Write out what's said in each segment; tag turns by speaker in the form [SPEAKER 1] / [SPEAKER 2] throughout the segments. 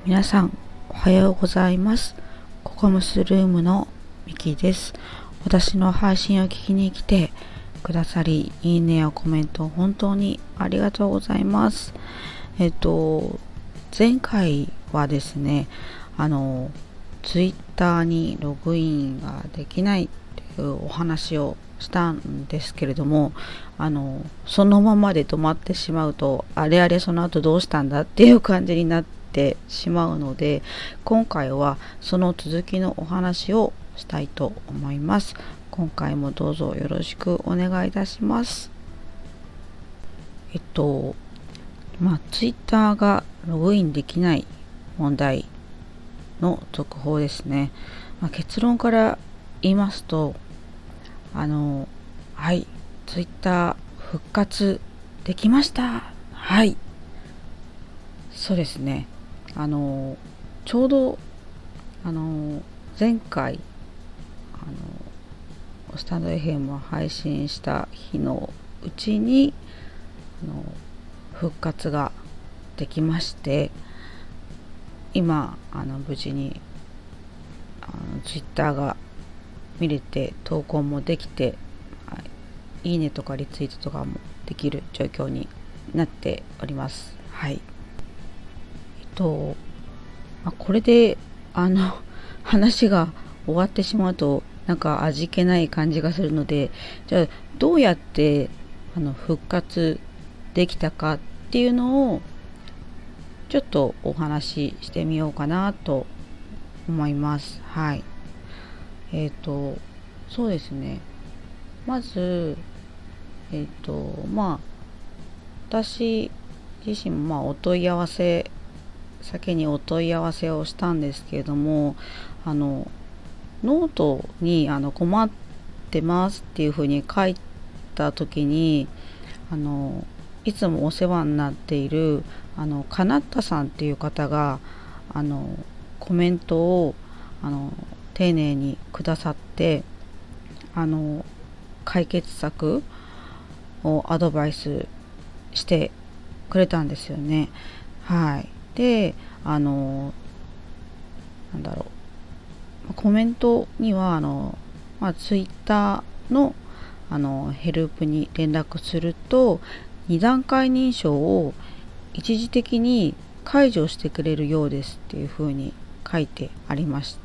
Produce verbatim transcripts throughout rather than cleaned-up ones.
[SPEAKER 1] 皆さんおはようございます。ココムスルームのミキです。私の配信を聞きに来てくださり、いいねやコメント本当にありがとうございます。えっと前回はですね、あのツイッターにログインができないっていうお話をしたんですけれども、あのそのままで止まってしまうと、あれあれその後どうしたんだっていう感じになっててしまうので、今回はその続きのお話をしたいと思います。今回もどうぞよろしくお願いいたします。えっとまあツイッターがログインできない問題の続報ですね。まあ、結論から言いますと、あのはいツイッター復活できました。はい、そうですね。あのちょうどあの前回あのスタンド エフエム を配信した日のうちにあの復活ができまして、今あの無事にあの Twitter が見れて、投稿もできて、はい、いいねとかリツイートとかもできる状況になっております。はい。とこれであの話が終わってしまうとなんか味気ない感じがするので、じゃあどうやってあの復活できたかっていうのをちょっとお話ししてみようかなと思います。はい。えっとそうですね。まずえっとまあ私自身もまあお問い合わせ先にお問い合わせをしたんですけれども、あのノートにあの困ってますっていうふうに書いた時に、あのいつもお世話になっているあのかなったさんっていう方があのコメントをあの丁寧にくださって、あの解決策をアドバイスしてくれたんですよね。はい。で、あのなんだろうコメントにはあの、まあ、ツイッターのあのヘルプに連絡するとに段階認証を一時的に解除してくれるようですっていう風に書いてありまして、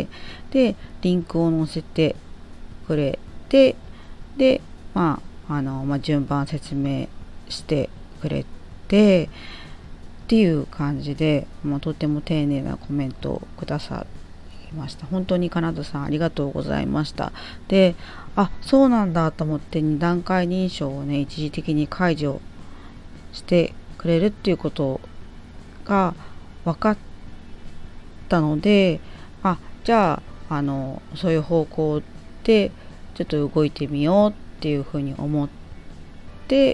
[SPEAKER 1] でリンクを載せてくれて、でまああの、まあ、順番説明してくれてっていう感じで、もうとても丁寧なコメントをくださいました。本当にカナダさんありがとうございました。で、あ、そうなんだと思ってに段階認証をね一時的に解除してくれるっていうことが分かったので、あ、じゃああのそういう方向でちょっと動いてみようっていうふうに思って、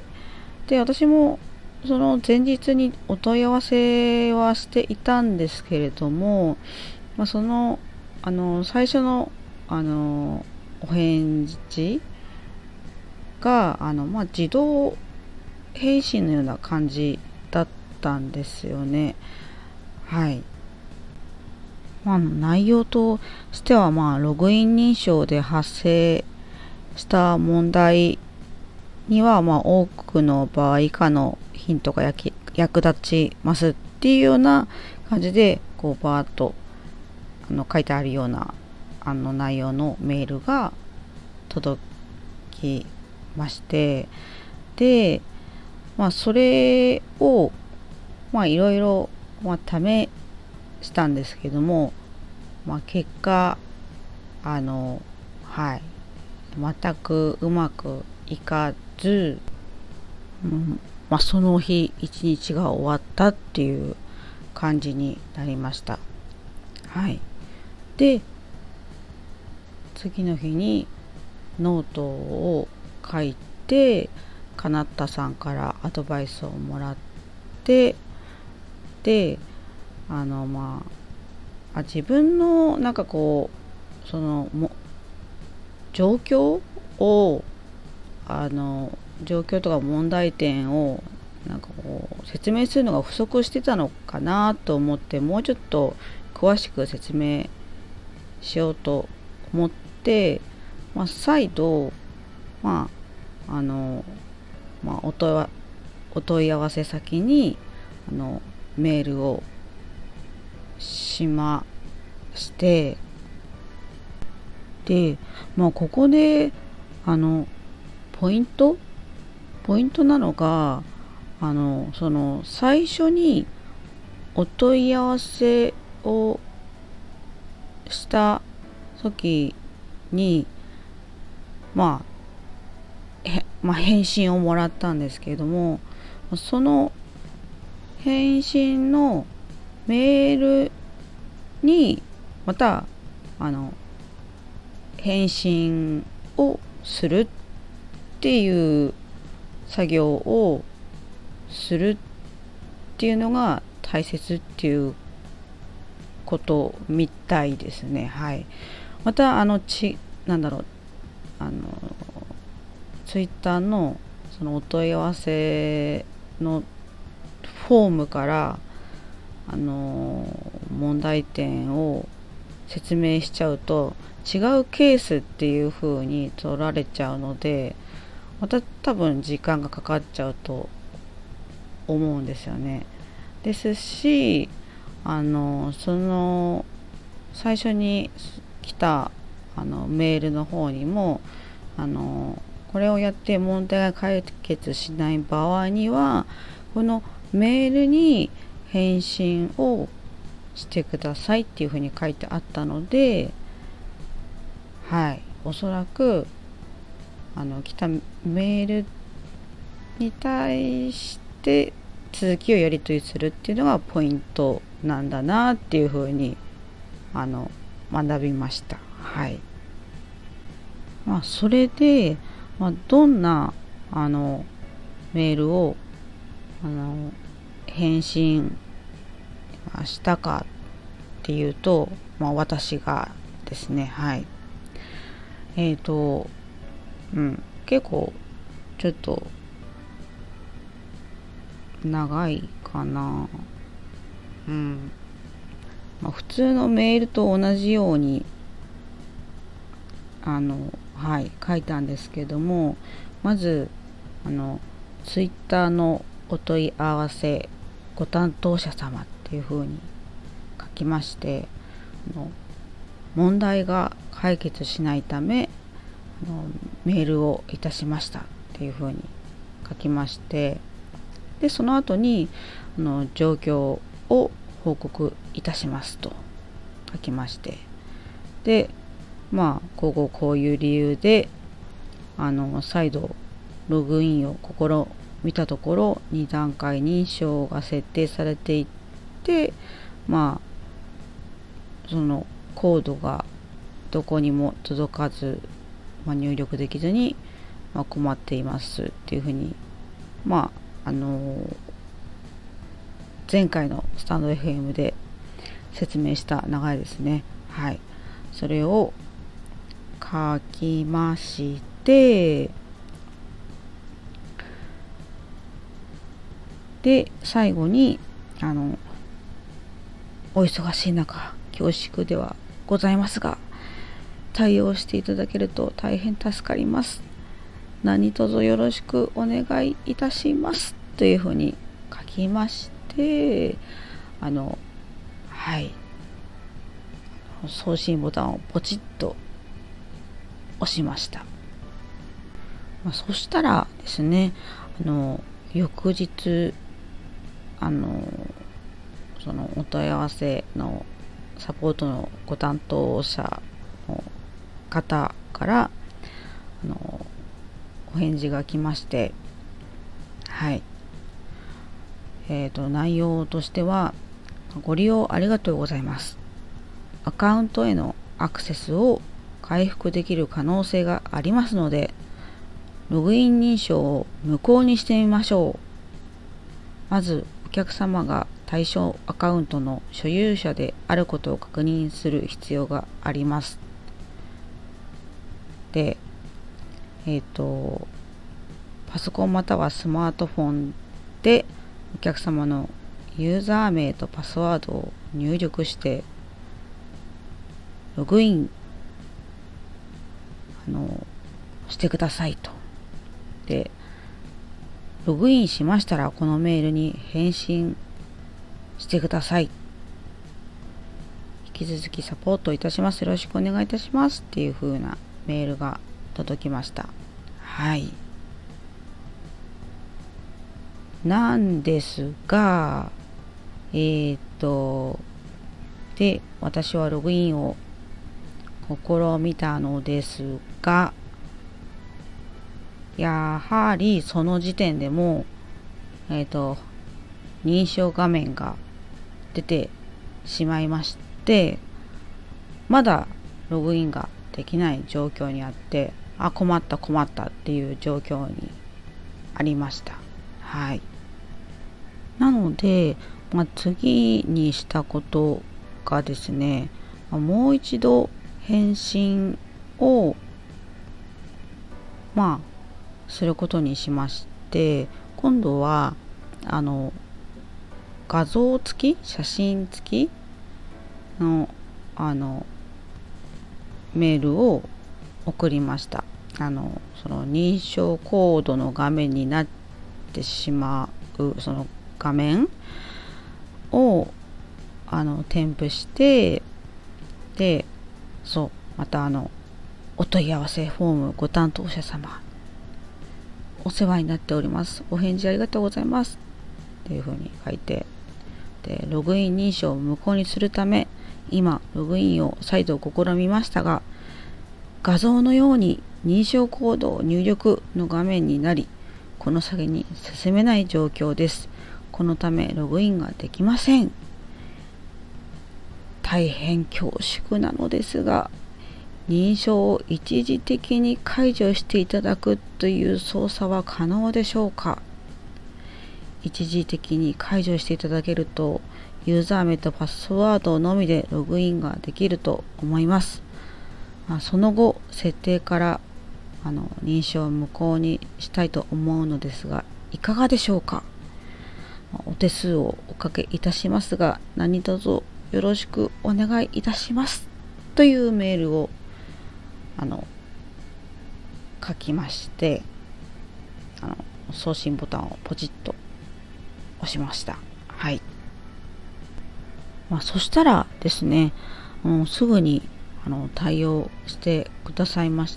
[SPEAKER 1] で私もその前日にお問い合わせはしていたんですけれども、まあ、そのあの最初のあのお返事があの、まあ、自動返信のような感じだったんですよね。はい。まあ、内容としては、まあ、ログイン認証で発生した問題には、まあ、多くの場合以下のヒントが役立ちますっていうような感じで、こうバーッとあの書いてあるようなあの内容のメールが届きまして、で、まあ、それをまあいろいろまあ試したんですけども、まあ、結果あのはい全くうまくいかず、うんまあ、その日一日が終わったっていう感じになりました。はい。で次の日にノートを書いて、かなったさんからアドバイスをもらって、であのまああ自分のなんかこうそのも状況をあの状況とか問題点をなんかこ説明するのが不足してたのかなと思って、もうちょっと詳しく説明しようと思って、まあ、再度、まああのまあ、お問いわお問い合わせ先にあのメールをしまして、で、まあ、ここであのポイントポイントなのが、あのその最初にお問い合わせをした時に、まあ、へまあ、返信をもらったんですけれども、その返信のメールにまたあの返信をするっていう作業をするっていうのが大切っていうことみたいですね。はい。またあのちなんだろうあのツイッターのそのお問い合わせのフォームからあの問題点を説明しちゃうと違うケースっていう風に取られちゃうので、また多分時間がかかっちゃうと思うんですよね。ですし、あのその最初に来たあのメールの方にも、あのこれをやって問題が解決しない場合にはこのメールに返信をしてくださいっていうふうに書いてあったので、はい、おそらくあの来たメールに対して続きをやり取りするっていうのがポイントなんだなっていうふうにあの学びました。はい。まあそれで、まあ、どんなあのメールをあの返信したかっていうと、まあ、私がですね、はい。えっと、うん、結構ちょっと長いかな。うん。まあ、普通のメールと同じようにあのはい書いたんですけども、まずあのツイッターのお問い合わせご担当者様っていう風に書きまして、あの問題が解決しないためあのメールをいたしましたっていう風に書きまして、でその後にあの状況を報告いたしますと書きまして、でまあこここういう理由であの再度ログインを試みたところに段階認証が設定されていって、まあそのコードがどこにも届かず、まあ、入力できずに、まあ、困っていますっていうふうに、まああの前回のスタンド エフエム で説明した流れですね。はい。それを書きまして、で最後にあのお忙しい中恐縮ではございますが対応していただけると大変助かります。何卒よろしくお願いいたしますというふうに書きまして、あのはい送信ボタンをポチッと押しました。まあ、そしたらですね、あの翌日あのそのお問い合わせのサポートのご担当者の方からあのお返事が来まして、はい、えーと内容としては、ご利用ありがとうございます。アカウントへのアクセスを回復できる可能性がありますので、ログイン認証を無効にしてみましょう。まずお客様が対象アカウントの所有者であることを確認する必要があります。で、えっと、パソコンまたはスマートフォンでお客様のユーザー名とパスワードを入力してログインあのしてくださいと。で、ログインしましたらこのメールに返信してください。引き続きサポートいたします。よろしくお願いいたしますっていう風なメールが届きました。はい。なんですが、えー、っと、で、私はログインを試みたのですが、やはりその時点でもう、えー、っと、認証画面が出てしまいまして、まだログインができない状況にあって、あ、困った困ったっていう状況にありました。はい。なので、まあ、次にしたことがですね、もう一度返信をまあすることにしまして、今度はあの画像付き、写真付きのあのメールを送りました。あのその認証コードの画面になってしまうその画面をあの添付して、で、そうまたあのお問い合わせフォームご担当者様お世話になっております。お返事ありがとうございますっていうふうに書いて、でログイン認証を無効にするため今ログインを再度試みましたが、画像のように認証コードを入力の画面になり、この先に進めない状況です。このためログインができません。大変恐縮なのですが、認証を一時的に解除していただくという操作は可能でしょうか。一時的に解除していただけると、ユーザー名とパスワードのみでログインができると思います。その後、設定からあの認証を無効にしたいと思うのですが、いかがでしょうか。お手数をおかけいたしますが、何卒よろしくお願いいたしますというメールをあの書きまして、あの送信ボタンをポチッと押しました。はい。まあ、そしたらですね、あのすぐにあの対応してくださいまして、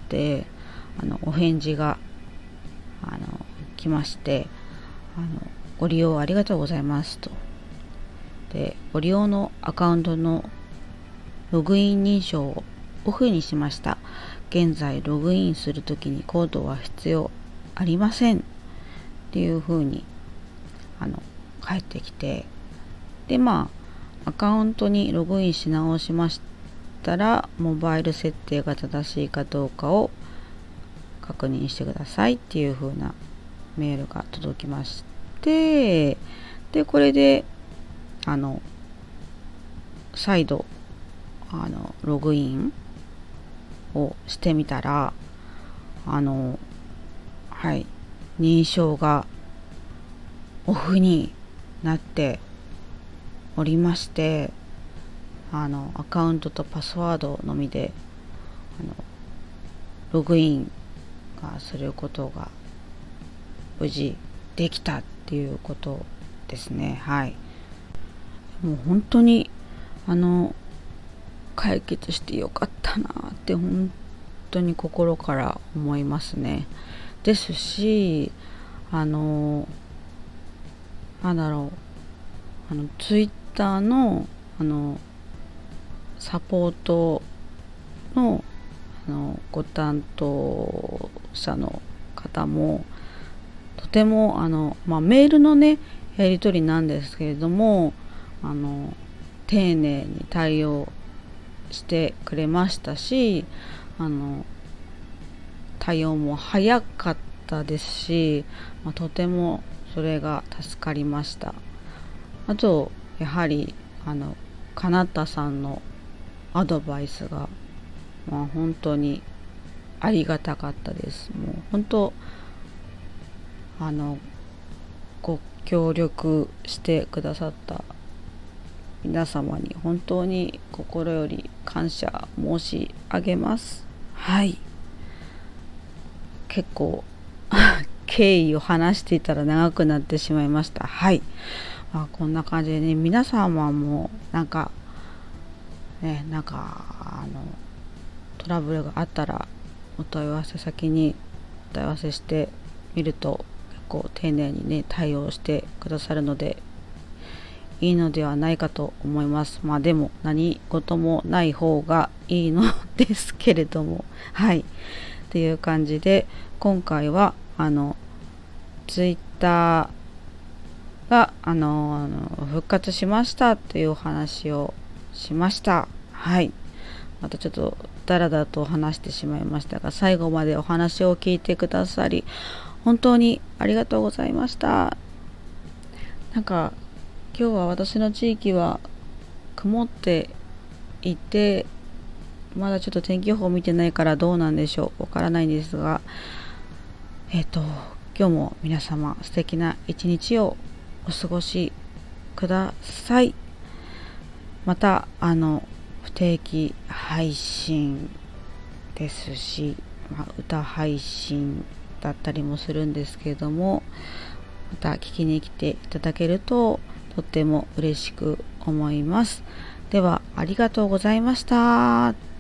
[SPEAKER 1] あのお返事があの来まして、あのご利用ありがとうございますと。で、ご利用のアカウントのログイン認証をオフにしました。現在ログインするときにコードは必要ありませんっていう風にあの返ってきて、でまあアカウントにログインし直しましたら、モバイル設定が正しいかどうかを確認してくださいっていう風なメールが届きまして、でこれであの再度あのログインをしてみたら、あのはい認証がオフになっておりまして、あのアカウントとパスワードのみであのログインがすることが無事できたっていうことですね。はい。もう本当にあの解決してよかったなって本当に心から思いますね。ですし、あのなんだろう、あのツイッターのあのサポートのあのご担当者の方もとてもあの、まあ、メールのねやり取りなんですけれども、あの丁寧に対応してくれましたし、あの対応も早かったですし、まあ、とてもそれが助かりました。あとやはりあのかなたさんのアドバイスが、まあ、本当にありがたかったです。もう本当あのご協力してくださった皆様に本当に心より感謝申し上げます。はい。結構経緯を話していたら長くなってしまいました。はい。まあ、こんな感じでね、皆様もなんかね、なんかあのトラブルがあったらお問い合わせ先にお問い合わせしてみると結構丁寧にね対応してくださるのでいいのではないかと思います。まあでも何事もない方がいいのですけれども、はいっていう感じで今回はあのツイッターがあの復活しましたっていうお話をしました。はい。またちょっとダラダラと話してしまいましたが、最後までお話を聞いてくださり本当にありがとうございました。なんか今日は私の地域は曇っていて、まだちょっと天気予報見てないからどうなんでしょう、わからないんですが、えっと今日も皆様素敵な一日をお過ごしください。またあの不定期配信ですし、まあ、歌配信だったりもするんですけれども、また聞きに来ていただけるととっても嬉しく思います。ではありがとうございました。